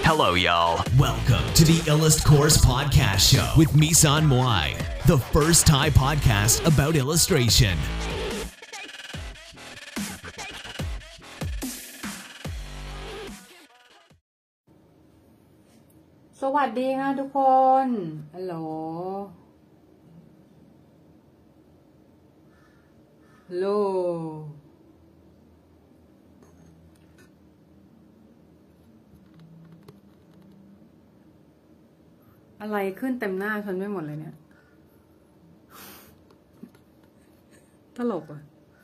Hello, y'all. Welcome to the Illust Course Podcast Show with Misan Moai, the first Thai podcast about illustration. สวัสดีค่ะทุกคน ฮัลโหล ฮัลโหล อะไรขึ้นเต็มหน้าฉันไม่หมดเลยเนี่ยตลกอ่ะ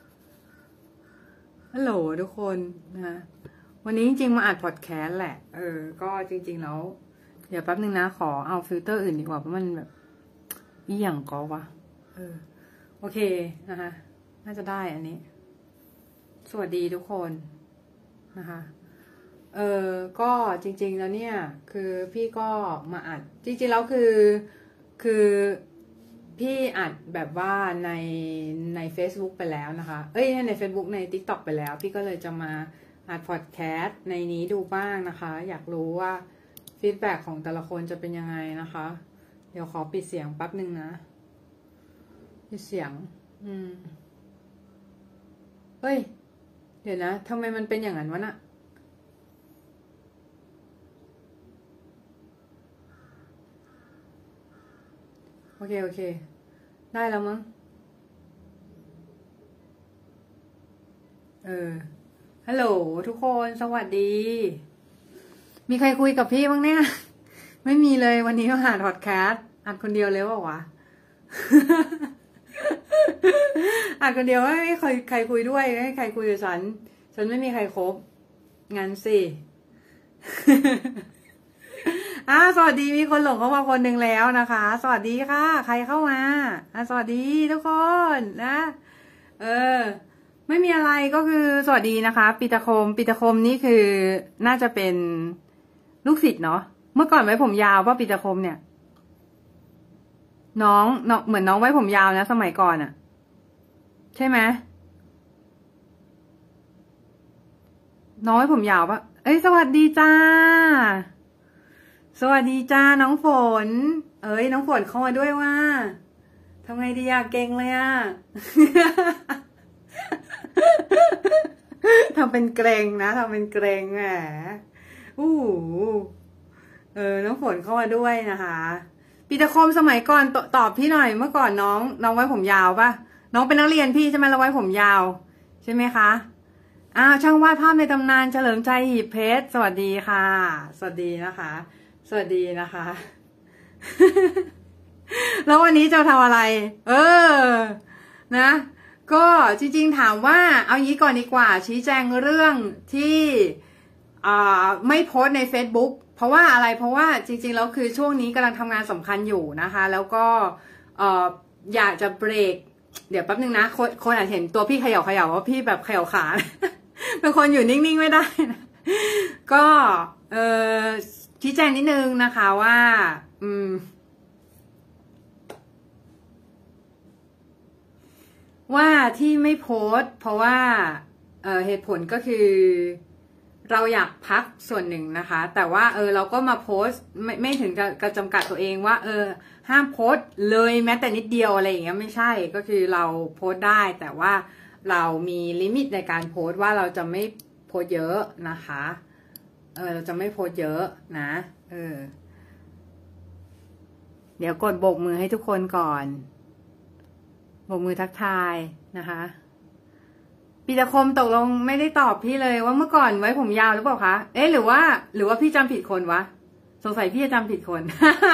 ฮัลโหลทุกคนนะวันนี้จริงๆมาอัดพอดแคสต์แหละก็จริงๆแล้วเดี๋ยวแป๊บนึงนะขอเอาฟิลเตอร์อื่นดีกว่าเพราะมันแบบอีหยังก็วะโอเคนะคะน่าจะได้อันนี้สวัสดีทุกคนนะคะก็จริงๆแล้วเนี่ยคือพี่ก็มาอัดจริงๆแล้วคือพี่อัดแบบว่าใน Facebook ไปแล้วนะคะใน Facebook ใน TikTok ไปแล้วพี่ก็เลยจะมาอัดพอดแคสต์ในนี้ดูบ้างนะคะอยากรู้ว่าฟีดแบ็กของแต่ละคนจะเป็นยังไงนะคะเดี๋ยวขอปิดเสียงแป๊บนึงนะปิดเสียงเดี๋ยวนะทำไมมันเป็นอย่างนั้นวะน่ะโอเคได้แล้วมั้งฮัลโหลทุกคนสวัสดีมีใครคุยกับพี่บ้างเนี่ยไม่มีเลยวันนี้มาหาพอดแคสต์อัดคนเดียวเลยว่ะ อัดคนเดียวไม่มีใครคุยด้วยไม่มีใครคุยกับฉันไม่มีใครคบงั้นสิ สวัสดีมีคนหลงเข้ามาคนหนึ่งแล้วนะคะสวัสดีค่ะใครเข้ามาสวัสดีทุกคนนะไม่มีอะไรก็คือสวัสดีนะคะปิตาคมนี่คือน่าจะเป็นลูกศิษย์เนาะเมื่อก่อนไว้ผมยาวป่ะปิตาคมเนี่ยน้องเหมือนน้องไว้ผมยาวนะสมัยก่อนอะใช่ไหมน้องไว้ผมยาวป่ะสวัสดีจ้าสวัสดีจ้าน้องฝนน้องฝนเข้ามาด้วยว่าทำไงดีอยากเก่งเลยอะทำเป็นเกรงนะทำเป็นเกรงแหมน้องฝนเข้ามาด้วยนะคะปีตะคมสมัยก่อนตอบพี่หน่อยเมื่อก่อนน้องไว้ผมยาวป่ะน้องเป็นนักเรียนพี่ใช่ไหมเราไว้ผมยาวใช่ไหมคะช่างวาดภาพในตำนานเฉลิมใจหีบเพชรสวัสดีค่ะสวัสดีนะคะสวัสดีนะคะ แล้ววันนี้จะทำอะไรนะก็จริงๆถามว่าเอางี้ก่อนดีกว่าชี้แจงเรื่องที่ไม่โพสต์ใน Facebook เพราะว่าอะไรเพราะว่าจริงๆแล้วคือช่วงนี้กำลังทำงานสำคัญอยู่นะคะแล้วก็อยากจะเบรกเดี๋ยวแป๊บนึงนะคนอาจเห็นตัวพี่เขย่าว่าพี่แบบเขย่าขา เป็นคนอยู่นิ่งๆไม่ได้นะก็ชี้แจงนิดนึงนะคะว่าที่ไม่โพสต์เพราะว่าเหตุผลก็คือเราอยากพักส่วนหนึ่งนะคะแต่ว่าเราก็มาโพสต์ไม่ถึงกับจำกัดตัวเองว่าห้ามโพสต์เลยแม้แต่นิดเดียวอะไรอย่างเงี้ยไม่ใช่ก็คือเราโพสต์ได้แต่ว่าเรามีลิมิตในการโพสต์ว่าเราจะไม่โพสต์เยอะนะคะเราจะไม่โพสต์เยอะนะเดี๋ยวกดโบกมือให้ทุกคนก่อนโบกมือทักทายนะคะปีตะคมตกลงไม่ได้ตอบพี่เลยว่าเมื่อก่อนไว้ผมยาวหรือเปล่าคะหรือว่าพี่จำผิดคนวะสงสัยพี่จะจำผิดคน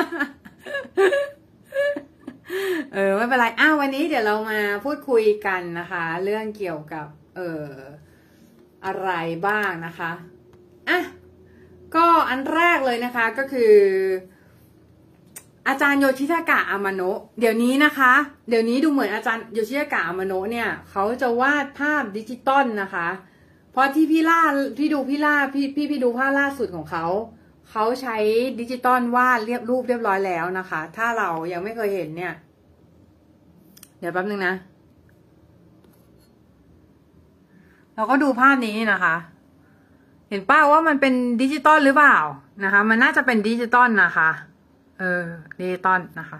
ไม่เป็นไรวันนี้เดี๋ยวเรามาพูดคุยกันนะคะเรื่องเกี่ยวกับอะไรบ้างนะคะก็อันแรกเลยนะคะก็คืออาจารย์โยชิทากะอามาโนะเดี๋ยวนี้นะคะเดี๋ยวนี้ดูเหมือนอาจารย์โยชิทากะอามาโนะเนี่ยเขาจะวาดภาพดิจิตอลนะคะเพราะที่พี่ดูภาพล่าสุดของเขาใช้ดิจิตอลวาดเรียบร้อยแล้วนะคะถ้าเรายังไม่เคยเห็นเนี่ยเดี๋ยวแป๊บนึงนะเราก็ดูภาพนี้นะคะเห็นป้าว่ามันเป็นดิจิตอลหรือเปล่านะคะมันน่าจะเป็นดิจิตอลนะคะดิจิตอลนะคะ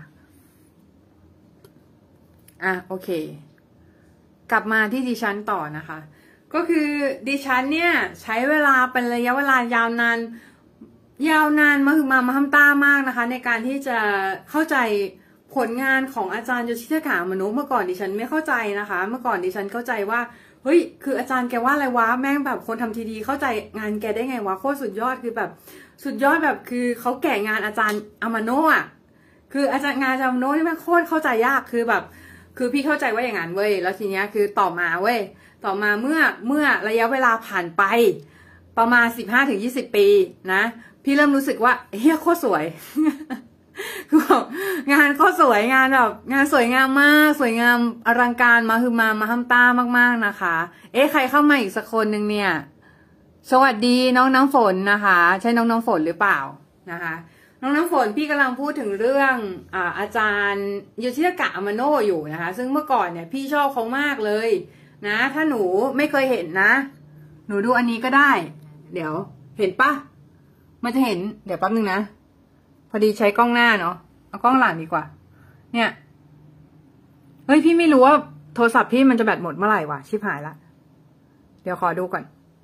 โอเคกลับมาที่ดิฉันต่อนะคะก็คือดิฉันเนี่ยใช้เวลาเป็นระยะเวลายาวนานมาถึงมาทำตามากนะคะในการที่จะเข้าใจผลงานของอาจารย์โยชิตะกะ มโนะเมื่อก่อนดิฉันไม่เข้าใจนะคะเมื่อก่อนดิฉันเข้าใจว่าเฮ้ยคืออาจารย์แกว่าอะไรวะแม่งแบบคนทำทีดีเข้าใจงานแกได้ไงวะโคตรสุดยอดคือแบบสุดยอดแบบคือเขาแกะงานอาจารย์อามาโนะอ่ะคืออาจารย์งานอาจารย์อามาโนะนี่แม่งโคตรเข้าใจยากคือแบบคือพี่เข้าใจว่าอย่างนั้นเว้ยแล้วทีเนี้ยคือต่อมาเมื่อระยะเวลาผ่านไปประมาณ15-20 ปีนะพี่เริ่มรู้สึกว่าเฮียโคตรสวย คือแบบงานโคตรสวยงานแบบงานสวยงามมากสวยงามอลังการมาห้ามตามากๆนะคะใครเข้ามาอีกสักคนนึงเนี่ยสวัสดีน้องน้ำฝนนะคะใช่น้องน้ำฝนหรือเปล่านะคะน้องน้ำฝนพี่กำลังพูดถึงเรื่องอาจารย์โยชิตะกะ อามาโนะอยู่นะคะซึ่งเมื่อก่อนเนี่ยพี่ชอบเขามากเลยนะถ้าหนูไม่เคยเห็นนะหนูดูอันนี้ก็ได้เดี๋ยวเห็นปะมันจะเห็นเดี๋ยวแป๊บนึงนะพอดีใช้กล้องหน้าเนาะเอากล้องหลังดีกว่าเนี่ยเฮ้ยพี่ไม่รู้ว่าโทรศัพท์พี่มันจะแบตหมดเมื่อไหร่วะชิบหายละเดี๋ยวขอดูก่อน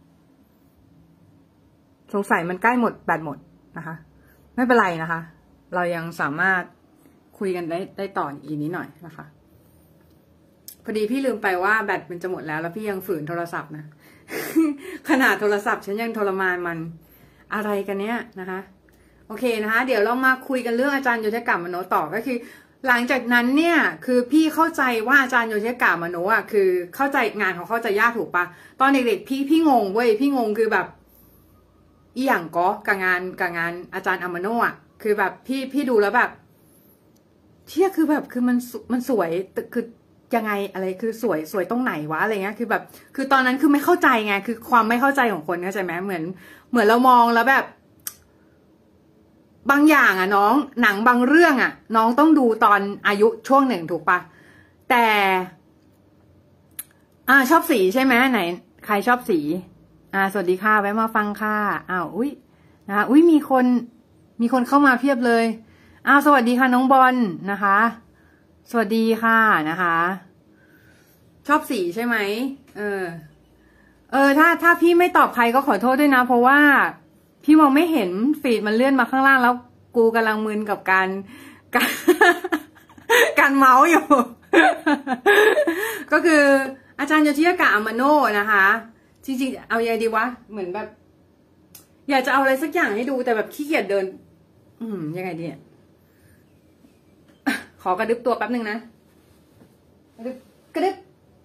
สงสัยมันใกล้หมดแบตหมดนะคะไม่เป็นไรนะคะเรายังสามารถคุยกันได้ต่ออีกนิดหน่อยนะคะพอดีพี่ลืมไปว่าแบตมันจะหมดแล้วพี่ยังฝืนโทรศัพท์นะ ขนาดโทรศัพท์ฉันยังทรมานมันอะไรกันเนี้ยนะคะโอเคนะคะเดี๋ยวเรามาคุยกันเรื่องอาจารย์โยชิตะกะ มโนะต่อก็คือหลังจากนั้นเนี่ยคือพี่เข้าใจว่าอาจารย์โยชิตะกะ มโนะคือเข้าใจงานของเขาจะยากถูกปะตอนเด็กๆพี่งงเว้ยพี่งงคือแบบอีหยังก็กับงานอาจารย์อามาโนะคือแบบพี่ดูแล้วแบบเชี่ยคือแบบคือมันสวยคือยังไงอะไรคือสวยตรงไหนวะอะไรเงี้ยคือแบบคือตอนนั้นคือไม่เข้าใจไงคือความไม่เข้าใจของคนเข้าใจไหมเหมือนเรามองแล้วแบบบางอย่างน้องหนังบางเรื่องน้องต้องดูตอนอายุช่วงหนึ่งถูกปะแต่ชอบสีใช่ไหมไหนใครชอบสีสวัสดีค่ะแวะมาฟังค่ะอุ้ยนะคะอุ้ยมีคนเข้ามาเพียบเลยสวัสดีค่ะน้องบอลนะคะสวัสดีค่ะนะคะชอบสีใช่ไหมถ้าพี่ไม่ตอบใครก็ขอโทษด้วยนะเพราะว่าพี่มองไม่เห็นฟีดมันเลื่อนมาข้างล่างแล้วกูกำลังมึนกับการเมาส์อยู่ ก็คืออาจารย์โยชิตะกะ อามาโนะนะคะจริงๆเอายังไงดีวะเหมือนแบบอยากจะเอาอะไรสักอย่างให้ดูแต่แบบขี้เกียจเดินยังไงดีเนี่ยขอกระดึบตัวแป๊บนึงนะกระดึบ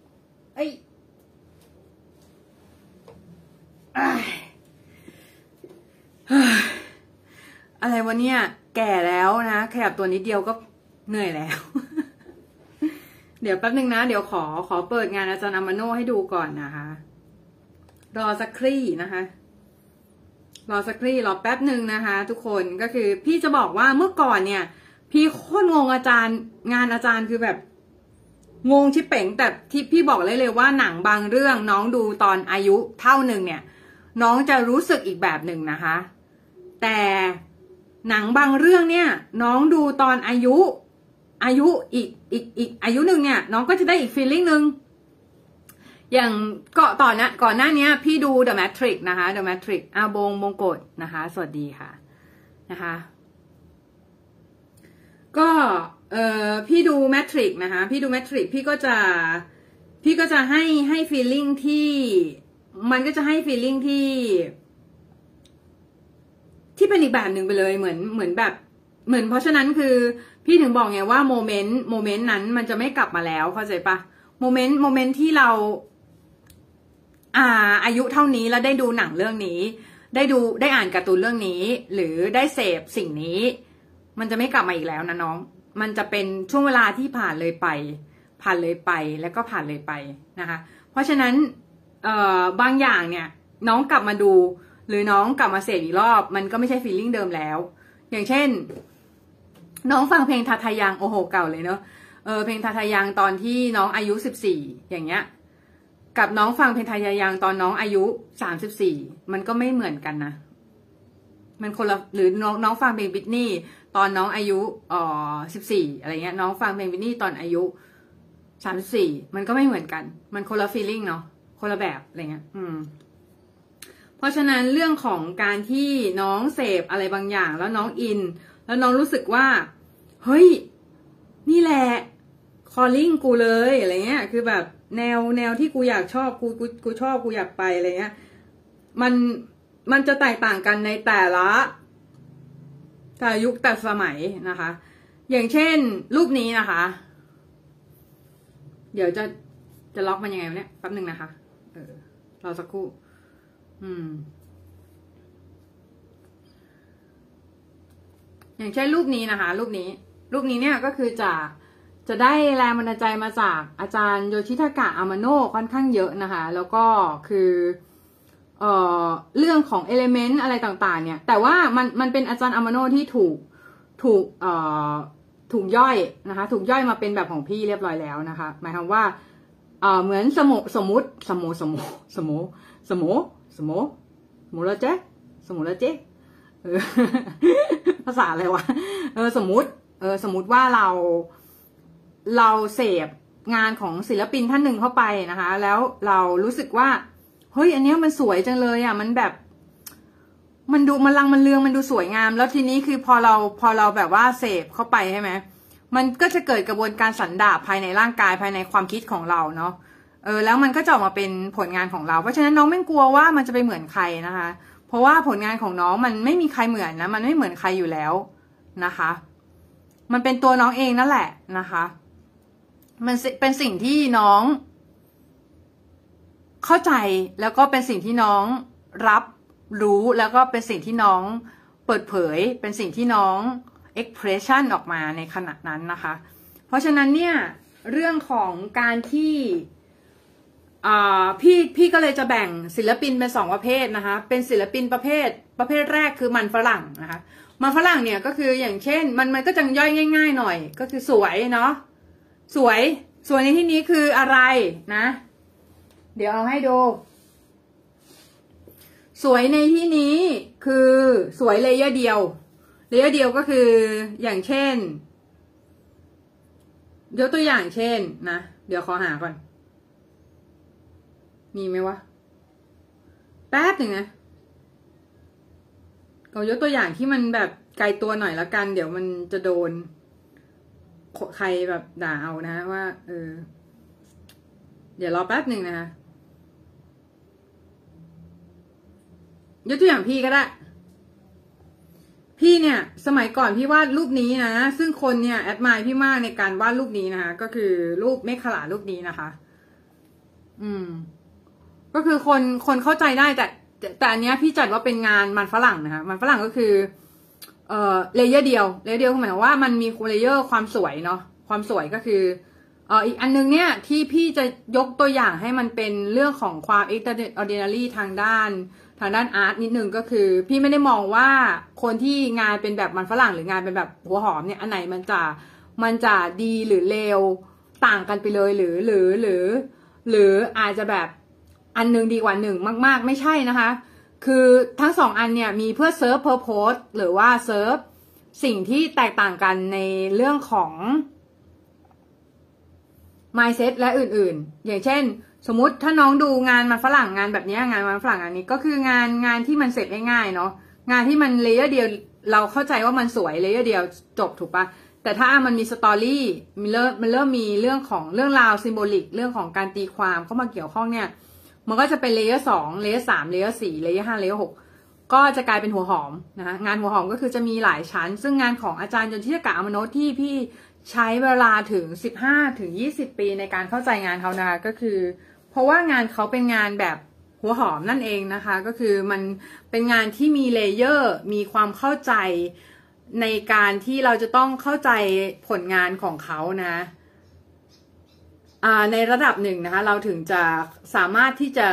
อะไรวะเนี่ยแก่แล้วนะขยับตัวนิดเดียวก็เหนื่อยแล้ว เดี๋ยวแป๊บนึงนะเดี๋ยวขอเปิดงานอาจารย์อามาโนะให้ดูก่อนนะคะรอสักครู่นะคะรอแป๊บนึงนะคะทุกคนก็คือพี่จะบอกว่าเมื่อก่อนเนี่ยพี่โคตรงงอาจารย์งานอาจารย์คือแบบงงชิบเป๋งแต่ที่พี่บอกเลยว่าหนังบางเรื่องน้องดูตอนอายุเท่าหนึ่งเนี่ยน้องจะรู้สึกอีกแบบหนึ่งนะคะแต่หนังบางเรื่องเนี่ยน้องดูตอนอายุอีกอายุหนึ่งเนี่ยน้องก็จะได้อีกฟีลลิ่งหนึ่งอย่างก่อนหน้านี้พี่ดู The Matrix นะคะ The Matrix บงกฎนะคะสวัสดีค่ะนะคะก็พี่ดู Matrix นะคะพี่ดู Matrix พี่ก็จะให้ feeling ที่มันก็จะให้ feeling ที่เป็นอีกแบบหนึ่งไปเลยเหมือนแบบเหมือนเพราะฉะนั้นคือพี่ถึงบอกไงว่าโมเมนต์นั้นมันจะไม่กลับมาแล้วเข้าใจปะโมเมนต์ที่เราอายุเท่านี้แล้วได้ดูหนังเรื่องนี้ได้อ่านการ์ตูนเรื่องนี้หรือได้เสพสิ่งนี้มันจะไม่กลับมาอีกแล้วนะน้องมันจะเป็นช่วงเวลาที่ผ่านเลยไปแล้วก็ผ่านเลยไปนะคะเพราะฉะนั้นบางอย่างเนี่ยน้องกลับมาดูหรือน้องกลับมาเสพอีกรอบมันก็ไม่ใช่ฟีลลิ่งเดิมแล้วอย่างเช่นน้องฟังเพลงทาทายังโอ้โหเก่าเลยเนาะเพลงทาทายังตอนที่น้องอายุ14อย่างเงี้ยกับน้องฟังเพลงไทยยังตอนน้องอายุ34มันก็ไม่เหมือนกันนะมันคนละหรือน้องฟังเพลงบิทนี่ตอนน้องอายุ14อะไรเงี้ยน้องฟังเพลงบิทนี่ตอนอายุ34มันก็ไม่เหมือนกันมันคนละฟีลลิ่งเนาะคนละแบบอะไรเงี้ยเพราะฉะนั้นเรื่องของการที่น้องเสพอะไรบางอย่างแล้วน้องอินแล้วน้องรู้สึกว่าเฮ้ยนี่แหละcalling กูเลยอะไรเงี้ยคือแบบแนวที่กูอยากชอบกูชอบกูอยากไปอะไรเงี้ยมันจะแตกต่างกันในแต่ยุคแต่สมัยนะคะอย่างเช่นรูปนี้นะคะเดี๋ยวจะล็อกมันยังไงวะเนี่ยแป๊บนึงนะคะรอสักครู่อย่างเช่นรูปนี้นะคะรูปนี้เนี่ยก็คือจะได้แรงบันดาลใจมาจากอาจารย์โยชิทากะอามาโนะค่อนข้างเยอะนะคะแล้วก็คือเรื่องของเอลิเมนต์อะไรต่างๆเนี่ยแต่ว่ามันเป็นอาจารย์อามาโนะที่ถูกย่อยนะคะถูกย่อยมาเป็นแบบของพี่เรียบร้อยแล้วนะคะหมายความว่าเหมือนสมมุติแล้วเจ๊ภาษาอะไรวะสมมุติว่าเราเสพงานของศิลปินท่านหนึ่งเข้าไปนะคะแล้วเรารู้สึกว่าเฮ้ยอันนี้มันสวยจังเลยอ่ะมันแบบมันดูมันเรืองมันดูสวยงามแล้วทีนี้คือพอเราแบบว่าเสพเข้าไปใช่ไหมมันก็จะเกิดกระบวนการสันดาปภายในร่างกายภายในความคิดของเราเนาะแล้วมันก็จะออกมาเป็นผลงานของเราเพราะฉะนั้นน้องไม่กลัวว่ามันจะไปเหมือนใครนะคะเพราะว่าผลงานของน้องมันไม่มีใครเหมือนนะมันไม่เหมือนใครอยู่แล้วนะคะมันเป็นตัวน้องเองนั่นแหละนะคะมันเป็นสิ่งที่น้องเข้าใจแล้วก็เป็นสิ่งที่น้องรับรู้แล้วก็เป็นสิ่งที่น้องเปิดเผยเป็นสิ่งที่น้อง expression ออกมาในขณะนั้นนะคะเพราะฉะนั้นเนี่ยเรื่องของการที่พี่ก็เลยจะแบ่งศิลปินเป็น2ประเภทนะคะเป็นศิลปินประเภทแรกคือมันฝรั่งนะคะมันฝรั่งเนี่ยก็คืออย่างเช่นมันก็จะย่อยง่ายๆหน่อยก็คือสวยเนาะสวยในที่นี้คืออะไรนะเดี๋ยวเอาให้ดูสวยในที่นี้คือสวยเลเยอร์เดียวก็คืออย่างเช่นยกตัวอย่างเช่นนะเดี๋ยวขอหาก่อนมีไหมวะแป๊บหนึ่งนะก็ยกตัวอย่างที่มันแบบไกลตัวหน่อยละกันเดี๋ยวมันจะโดนใครแบบด่าเอานะว่าเดี๋ยวรอแป๊บหนึ่งนะคะยกตัวอย่างพี่ก็ได้พี่เนี่ยสมัยก่อนพี่วาดรูปนี้นะซึ่งคนเนี่ยแอดมายพี่มากในการวาดรูปนี้นะคะก็คือรูปเมฆขลารูปนี้นะคะก็คือคนเข้าใจได้แต่อันเนี้ยพี่จัดว่าเป็นงานมันฝรั่งนะคะมันฝรั่งก็คือเลเยอร์เดียวคือหมายถึงว่ามันมีเลเยอร์ความสวยเนาะความสวยก็คืออีกอันนึงเนี่ยที่พี่จะยกตัวอย่างให้มันเป็นเรื่องของความ extraordinary ทางด้านอาร์ตนิดนึงก็คือพี่ไม่ได้มองว่าคนที่งานเป็นแบบมันฝรั่งหรืองานเป็นแบบหัวหอมเนี่ยอันไหนมันจะดีหรือเลวต่างกันไปเลยหรืออาจจะแบบอันนึงดีกว่าหนึ่งมากๆไม่ใช่นะคะคือทั้งสองอันเนี่ยมีเพื่อเซิร์ฟเพอร์โพสหรือว่าเซิร์ฟสิ่งที่แตกต่างกันในเรื่องของ mindset และอื่นๆอย่างเช่นสมมุติถ้าน้องดูงานมันฝรั่งงานแบบนี้งานมันฝรั่งอันนี้ก็คืองานที่มันเสร็จง่ายๆเนาะงานที่มันเลเยอร์เดียวเราเข้าใจว่ามันสวยเลเยอร์เดียวจบถูกปะแต่ถ้ามันมีสตอรี่มันเริ่มมีเรื่องของเรื่องราวซิมโบลิกเรื่องของการตีความเข้ามาเกี่ยวข้องเนี่ยมันก็จะเป็นเลเยอร์2เลเยอร์3เลเยอร์4เลเยอร์5เลเยอร์6ก็จะกลายเป็นหัวหอมนะคะงานหัวหอมก็คือจะมีหลายชั้นซึ่งงานของอาจารย์โยชิทากะอามาโนะที่พี่ใช้เวลาถึง15-20 ปีในการเข้าใจงานเขานะคะก็คือเพราะว่างานเขาเป็นงานแบบหัวหอมนั่นเองนะคะก็คือมันเป็นงานที่มีเลเยอร์มีความเข้าใจในการที่เราจะต้องเข้าใจผลงานของเขานะในระดับหนึ่งนะคะเราถึงจะสามารถที่จะ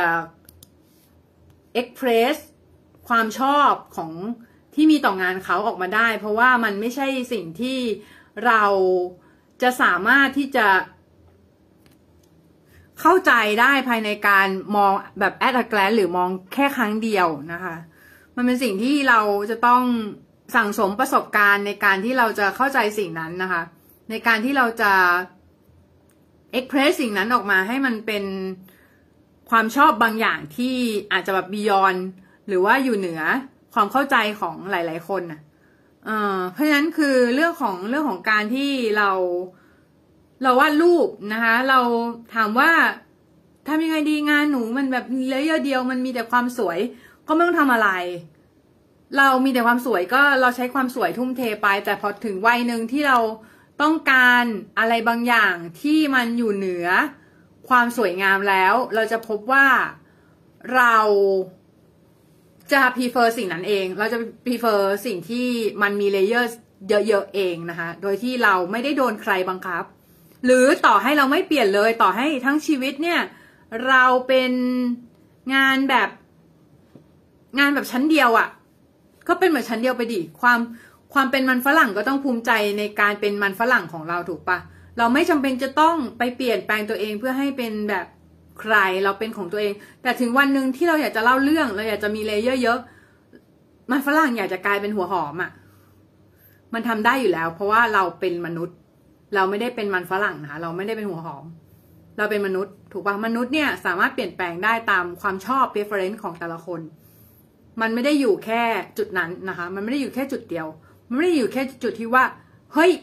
express ความชอบของที่มีต่องานเขาออกมาได้เพราะว่ามันไม่ใช่สิ่งที่เราจะสามารถที่จะเข้าใจได้ภายในการมองแบบ at a glance หรือมองแค่ครั้งเดียวนะคะมันเป็นสิ่งที่เราจะต้องสั่งสมประสบการณ์ในการที่เราจะเข้าใจสิ่งนั้นนะคะในการที่เราจะ express สิ่งนั้นออกมาให้มันเป็นความชอบบางอย่างที่อาจจะแบบ beyond หรือว่าอยู่เหนือความเข้าใจของหลายๆคนนะเพราะฉะนั้นคือเรื่องของการที่เราวาดรูปนะคะเราถามว่าทำยังไงดีงานหนูมันแบบเลเยอร์เดียวมันมีแต่ความสวยก็ไม่ต้องทำอะไรเรามีแต่ความสวยก็เราใช้ความสวยทุ่มเทไปแต่พอถึงวัยหนึ่งที่เราต้องการอะไรบางอย่างที่มันอยู่เหนือความสวยงามแล้วเราจะพบว่าเราจะ prefer สิ่งนั้นเองเราจะ prefer สิ่งที่มันมีเลเยอร์เยอะๆเองนะคะโดยที่เราไม่ได้โดนใครบังคับหรือต่อให้เราไม่เปลี่ยนเลยต่อให้ทั้งชีวิตเนี่ยเราเป็นงานแบบชั้นเดียวอะก็เป็นเหมือนชั้นเดียวไปดิความเป็นมันฝรั่งก็ต้องภูมิใจในการเป็นมันฝรั่งของเราถูกปะเราไม่จำเป็นจะต้องไปเปลี่ยนแปลงตัวเองเพื่อให้เป็นแบบใครเราเป็นของตัวเองแต่ถึงวันหนึ่งที่เราอยากจะเล่าเรื่องเราอยากจะมีเลเยอร์เยอะมันฝรั่งอยากจะกลายเป็นหัวหอมอะมันทำได้อยู่แล้วเพราะว่าเราเป็นมนุษย์เราไม่ได้เป็นมันฝรั่งนะคะเราไม่ได้เป็นหัวหอมเราเป็นมนุษย์ถูกปะมนุษย์เนี่ยสามารถเปลี่ยนแปลงได้ตามความชอบ preference ของแต่ละคนมันไม่ได้อยู่แค่จุดนั้นนะคะมันไม่ได้อยู่แค่จุดเดียวมันไม่ได้อยู่แค่จุดที่ว่าเฮ้ย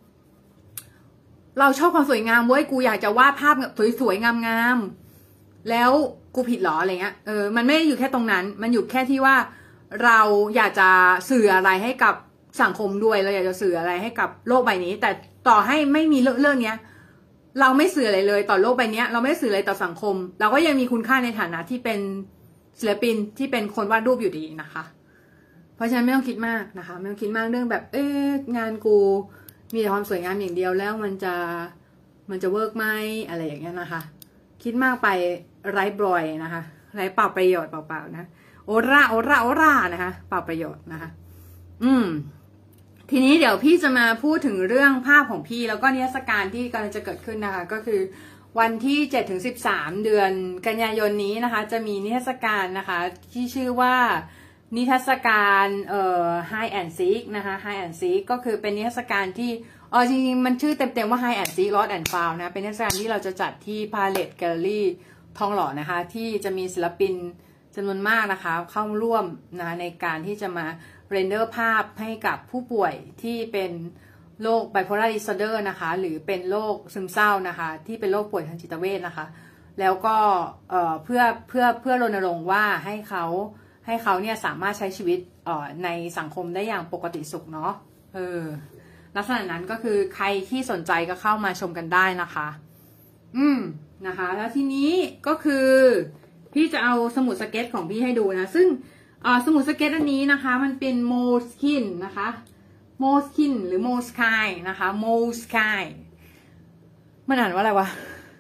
เราชอบความสวยงามเว้ยกูอยากจะวาดภาพสวยๆงามๆแล้วกูผิดหรออะไรเงี้ยมันไม่ได้อยู่แค่ตรงนั้นมันอยู่แค่ที่ว่าเราอยากจะสื่ออะไรให้กับสังคมด้วยเราอยากจะสื่ออะไรให้กับโลกใบนี้แต่ต่อให้ไม่มีเรื่องเนี้ยเราไม่สื่ออะไรเลยต่อโลกใบนี้เราไม่สื่ออะไรต่อสังคมเราก็ยังมีคุณค่าในฐานะที่เป็นศิลปินที่เป็นคนวาดรูปอยู่ดีนะคะเพราะฉะนั้นไม่ต้องคิดมากนะคะไม่ต้องคิดมากเรื่องแบบงานกูมีแต่ความสวยงามอย่างเดียวแล้วมันจะเวิร์กไหมอะไรอย่างเงี้ยนะคะคิดมากไปไร้บรอยนะคะไร้เปล่าประโยชน์เปล่าๆนะโอรานะคะเปล่าประโยชน์นะคะทีนี้เดี๋ยวพี่จะมาพูดถึงเรื่องภาพของพี่แล้วก็นิทรรศการที่กำลังจะเกิดขึ้นนะคะก็คือวันที่ 7-13 เดือนกันยายนนี้นะคะจะมีนิทรรศการนะคะที่ชื่อว่านิทรรศการHide and Seek นะคะ Hide and Seek ก็คือเป็นนิทรรศการที่จริงๆมันชื่อเต็มๆว่า Hide and Seek Lost and Found นะเป็นนิทรรศการที่เราจะจัดที่ Palette Gallery ทองหล่อนะคะที่จะมีศิลปินจำนวนมากนะคะเข้าร่วมนะในการที่จะมาเรนเดอร์ภาพให้กับผู้ป่วยที่เป็นโรค bipolar disorder นะคะหรือเป็นโรคซึมเศร้านะคะที่เป็นโรคป่วยทางจิตเวชนะคะแล้วก็เพื่อรณรงค์ว่าให้เขาเนี่ยสามารถใช้ชีวิตในสังคมได้อย่างปกติสุขเนาะลักษณะนั้นก็คือใครที่สนใจก็เข้ามาชมกันได้นะคะนะคะแล้วทีนี้ก็คือพี่จะเอาสมุดสเก็ตของพี่ให้ดูนะซึ่งสมุดสเก็ตอันนี้นะคะมันเป็นโมสคินนะคะโมสคินหรือโมสคายนะคะโมสคายมันอ่านว่าอะไรวะ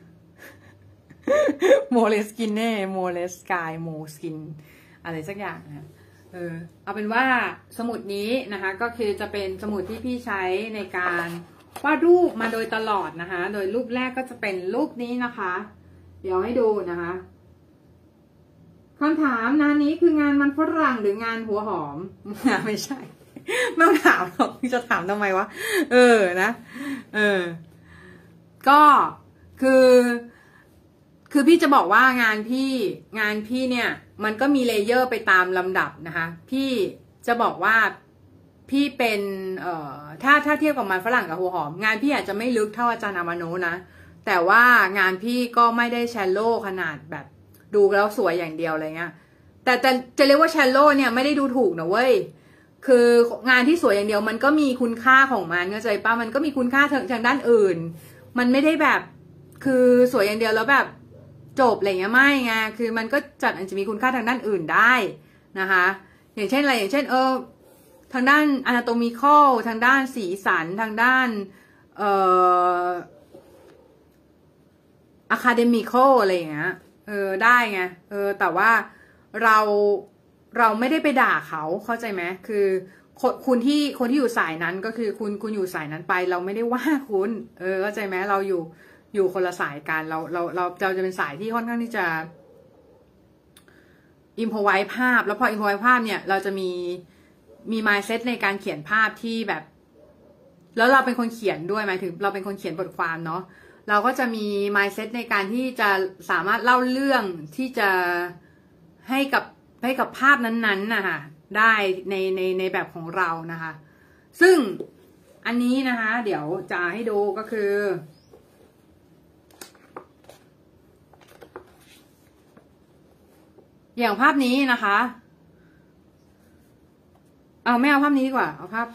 โมเลสกินเน่โมเลสกายโมสกินอะไรสักอย่างนะเอาเป็นว่าสมุดนี้นะคะก็คือจะเป็นสมุดที่พี่ใช้ในการวาดรูปมาโดยตลอดนะคะโดยรูปแรกก็จะเป็นรูปนี้นะคะเดี๋ยวให้ดูนะคะคำถามนานี้คืองานมันฝรั่งหรืองานหัวหอมไม่ใช่ไม่ต้องถามหรอกจะถามทำไมวะนะก็คือพี่จะบอกว่างานพี่เนี่ยมันก็มีเลเยอร์ไปตามลำดับนะคะพี่จะบอกว่าพี่เป็นถ้าเทียบกับมันฝรั่งกับหัวหอมงานพี่อาจจะไม่ลึกเท่าอาจารย์อามาโนะนะแต่ว่างานพี่ก็ไม่ได้แชลโลขนาดแบบดูแล้วสวยอย่างเดียวอะไรเงี้ยแต่จะเรียกว่าแชลโลเนี่ยไม่ได้ดูถูกนะเว้ยคืองานที่สวยอย่างเดียวมันก็มีคุณค่าของมันเข้าใจป่ะมันก็มีคุณค่าทางด้านอื่นมันไม่ได้แบบคือสวยอย่างเดียวแล้วแบบจบอะไรเงี้ยไม่ไงคือมันก็อาจจะมีคุณค่าทางด้านอื่นได้นะคะอย่างเช่นอะไรอย่างเช่นทางด้าน anatomical ทางด้านสีสันทางด้านacademical อะไรอย่างเงี้ยได้ไงแต่ว่าเราไม่ได้ไปด่าเขาเข้าใจไหมคือคนที่อยู่สายนั้นก็คือคุณอยู่สายนั้นไปเราไม่ได้ว่าคุณเข้าใจไหมเราอยู่คนละสายกันเราจะเป็นสายที่ค่อนข้างที่จะอิมพอไว้ภาพแล้วพออิมพอไว้ภาพเนี่ยเราจะมีmindset ในการเขียนภาพที่แบบแล้วเราเป็นคนเขียนด้วยหมายถึงเราเป็นคนเขียนบทความเนาะเราก็จะมี mindset ในการที่จะสามารถเล่าเรื่องที่จะให้กับภาพนั้นๆนะคะได้ในแบบของเรานะคะซึ่งอันนี้นะคะเดี๋ยวจะให้ดูก็คืออย่างภาพนี้นะคะไม่เอาภาพนี้ดีกว่าเอาภาพ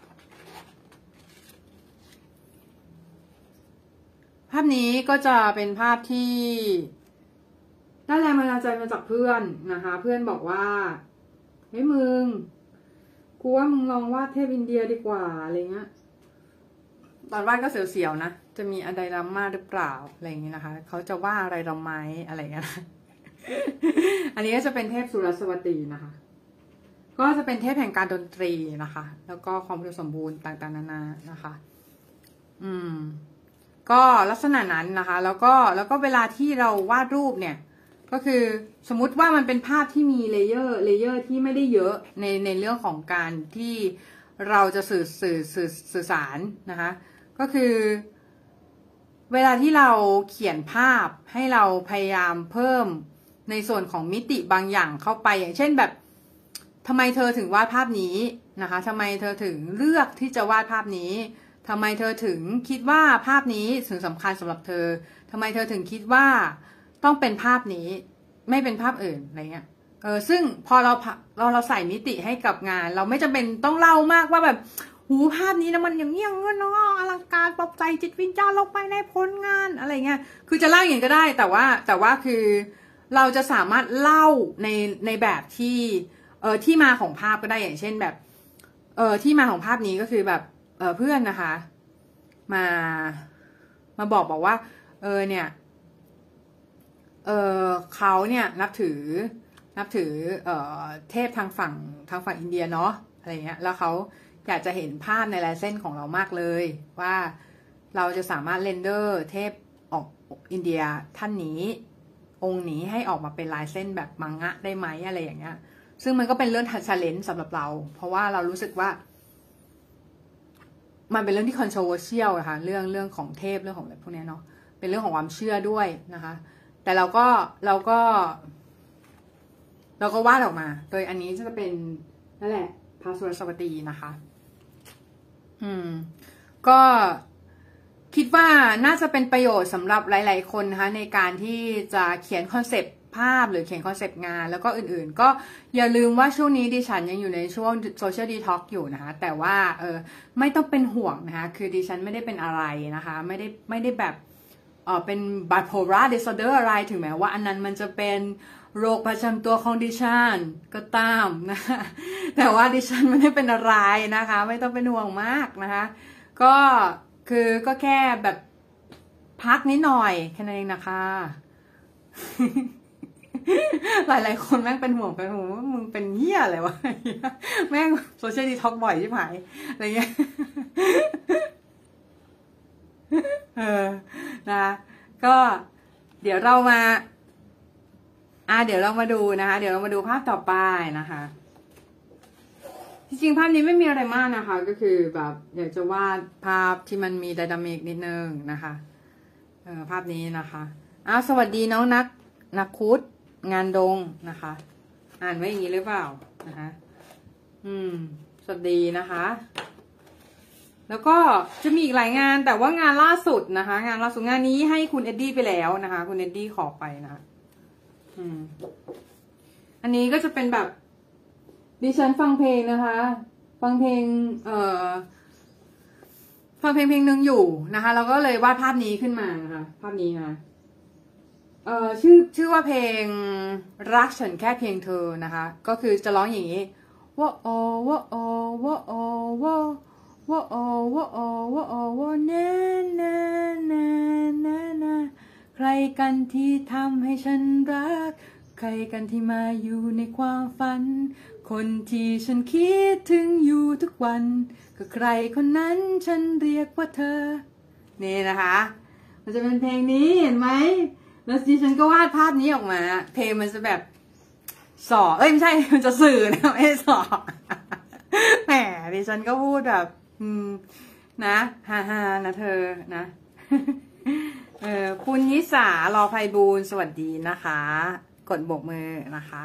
นี้ก็จะเป็นภาพที่ได้แรงบันดาลใจมาจากเพื่อนนะคะเพื่อนบอกว่าเฮ้ยมึงกูว่ามึงลองวาดเทพอินเดียดีกว่าอะไรเงี้ยตอนวาดก็เสียวๆนะจะมีอะไรดราม่าหรือเปล่าอะไรอย่างเงี้ยนะคะเขาจะว่าอะไรเราไหมอะไรเงี้ย อันนี้ก็จะเป็นเทพสุรสวัสดีนะคะก็จะเป็นเทพแห่งการดนตรีนะคะแล้วก็ความอุดมสมบูรณ์ต่างๆนานานะคะก็ลักษณะนั้นนะคะแล้วก็เวลาที่เราวาดรูปเนี่ยก็คือสมมุติว่ามันเป็นภาพที่มีเลเยอร์ที่ไม่ได้เยอะในเรื่องของการที่เราจะสื่อสารนะคะก็คือเวลาที่เราเขียนภาพให้เราพยายามเพิ่มในส่วนของมิติบางอย่างเข้าไปอย่างเช่นแบบทำไมเธอถึงวาดภาพนี้นะคะทำไมเธอถึงเลือกที่จะวาดภาพนี้ทำไมเธอถึงคิดว่าภาพนี้ถึงสำคัญสำหรับเธอทำไมเธอถึงคิดว่าต้องเป็นภาพนี้ไม่เป็นภาพอื่นอะไรเงี้ยซึ่งพอเราใส่มิติให้กับงานเราไม่จำเป็นต้องเล่ามากว่าแบบหูภาพนี้นะมันอย่างเงี้ยเนาะอลังการปลอบใจจิตวิญญาณลงไปในผลงานอะไรเงี้ยคือจะเล่าอย่างก็ได้แต่ว่าคือเราจะสามารถเล่าในแบบที่มาของภาพก็ได้อย่างเช่นแบบที่มาของภาพนี้ก็คือแบบเพื่อนนะคะมาบอกว่าเนี่ยเขาเนี่ยนับถือเทพทางฝั่งอินเดียเนาะอะไรเงี้ยแล้วเขาอยากจะเห็นภาพในลายเส้นของเรามากเลยว่าเราจะสามารถเรนเดอร์เทพออกอินเดียท่านนี้องค์นี้ให้ออกมาเป็นลายเส้นแบบมังงะได้ไหมอะไรอย่างเงี้ยซึ่งมันก็เป็นเรื่องchallengeสำหรับเราเพราะว่าเรารู้สึกว่ามันเป็นเรื่องที่ controversial นะคะเรื่องของเทพเรื่องของอะไรพวกนี้เนาะเป็นเรื่องของความเชื่อด้วยนะคะแต่เราก็วาดออกมาโดยอันนี้จะเป็นนั่นแหละพระสุรสวัสดีนะคะก็คิดว่าน่าจะเป็นประโยชน์สำหรับหลายๆคนนะคะในการที่จะเขียนคอนเซปต์ภาพหรือเขียนคอนเซปต์งานแล้วก็อื่นๆก็อย่าลืมว่าช่วงนี้ดิฉันยังอยู่ในช่วงโซเชียลดีท็อกซ์อยู่นะคะแต่ว่าไม่ต้องเป็นห่วงนะคะคือดิฉันไม่ได้เป็นอะไรนะคะไม่ได้แบบเป็น bipolar disorder อะไรถึงแม้ว่าอันนั้นมันจะเป็นโรคประจำตัวของดิฉันก็ตามนะคะแต่ว่าดิฉันไม่ได้เป็นอะไรนะคะไม่ต้องเป็นห่วงมากนะคะก็แค่แบบพักนิดหน่อยแค่นั้นเองนะคะ หลายคนแม่งเป็นห่วงว่ามึงเป็นเหี้ยอะไรวะแม่งโซเชียลดีท็อกบ่อยใช่ไหมอะไรเงี้ยนะก็เดี๋ยวเรามาดูนะคะเดี๋ยวเรามาดูภาพต่อไปนะคะจริงๆภาพนี้ไม่มีอะไรมากนะคะก็คือแบบอยากจะวาดภาพที่มันมีไดนามิกนิดนึงนะคะภาพนี้นะคะสวัสดีน้องนักคุดงานดงนะคะอ่านไว้อย่างนี้หรือเปล่านะคะสวัสดีนะคะแล้วก็จะมีอีกหลายงานแต่ว่างานล่าสุดนะคะงานนี้ให้คุณเอ็ดดี้ไปแล้วนะคะคุณเอ็ดดี้ขอไปนะคะอันนี้ก็จะเป็นแบบดิฉันฟังเพลงนะคะฟังเพลงหนึ่งอยู่นะคะแล้วก็เลยวาดภาพนี้ขึ้นมานะคะภาพนี้นะชื่อว่าเพลงรักฉันแค่เพียงเธอนะคะก็คือจะร้องอย่างนี้ว่าโอว่าโอว่าโอว่าว่าโอว่าโอว่าโอว่านะใครกันที่ทำให้ฉันรักใครกันที่มาอยู่ในความฝันคนที่ฉันคิดถึงอยู่ทุกวันก็ใครคนนั้นฉันเรียกว่าเธอนี่นะคะมันจะเป็นเพลงนี้เห็นไหมแล้วดิฉันก็วาดภาพนี้ออกมาเพลงมันจะแบบสอไม่ใช่มันจะสื่อนะไม่สอแหมดิฉันก็พูดแบบนะฮ่านะเธอนะคุณยิสารอไพบูลย์สวัสดีนะคะกดโบกมือนะคะ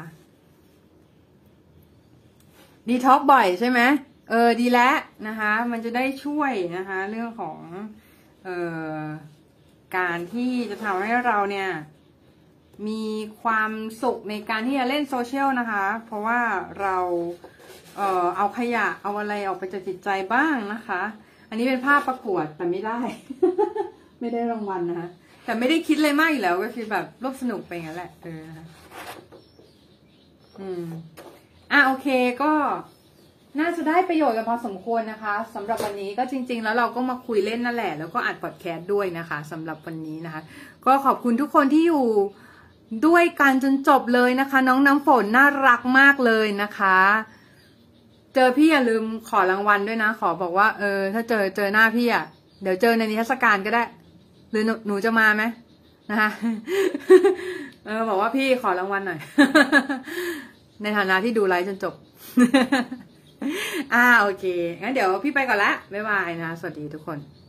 ดีท็อกบ่อยใช่ไหมดีแล้วนะคะมันจะได้ช่วยนะคะเรื่องของการที่จะทำให้เราเนี่ยมีความสุขในการที่จะเล่นโซเชียลนะคะเพราะว่าเราเอาขยะเอาอะไรออกไปจากจิตใจบ้างนะคะอันนี้เป็นภาพประกวดแต่ไม่ได้ ไม่ได้รางวัลนะคะแต่ไม่ได้คิดเลยมากอยู่แล้วก็คือแบบร่วมสนุกไปงั้นแหละนะคะโอเคก็น่าจะได้ประโยชน์กันพอสมควรนะคะสำหรับวันนี้ก็จริงๆแล้วเราก็มาคุยเล่นนั่นแหละแล้วก็อัดพอดแคสต์ด้วยนะคะสำหรับวันนี้นะคะก็ขอบคุณทุกคนที่อยู่ด้วยกันจนจบเลยนะคะน้องน้ำฝนน่ารักมากเลยนะคะเจอพี่อย่าลืมขอรางวัลด้วยนะขอบอกว่าถ้าเจอหน้าพี่อ่ะเดี๋ยวเจอในนิทรรศการก็ได้หรือหนูจะมาไหมนะคะบอกว่าพี่ขอรางวัลหน่อย ในฐานะที่ดูไลฟ์จนจบ โอเคงั้นเดี๋ยวพี่ไปก่อนละบ๊ายบายนะสวัสดีทุกคน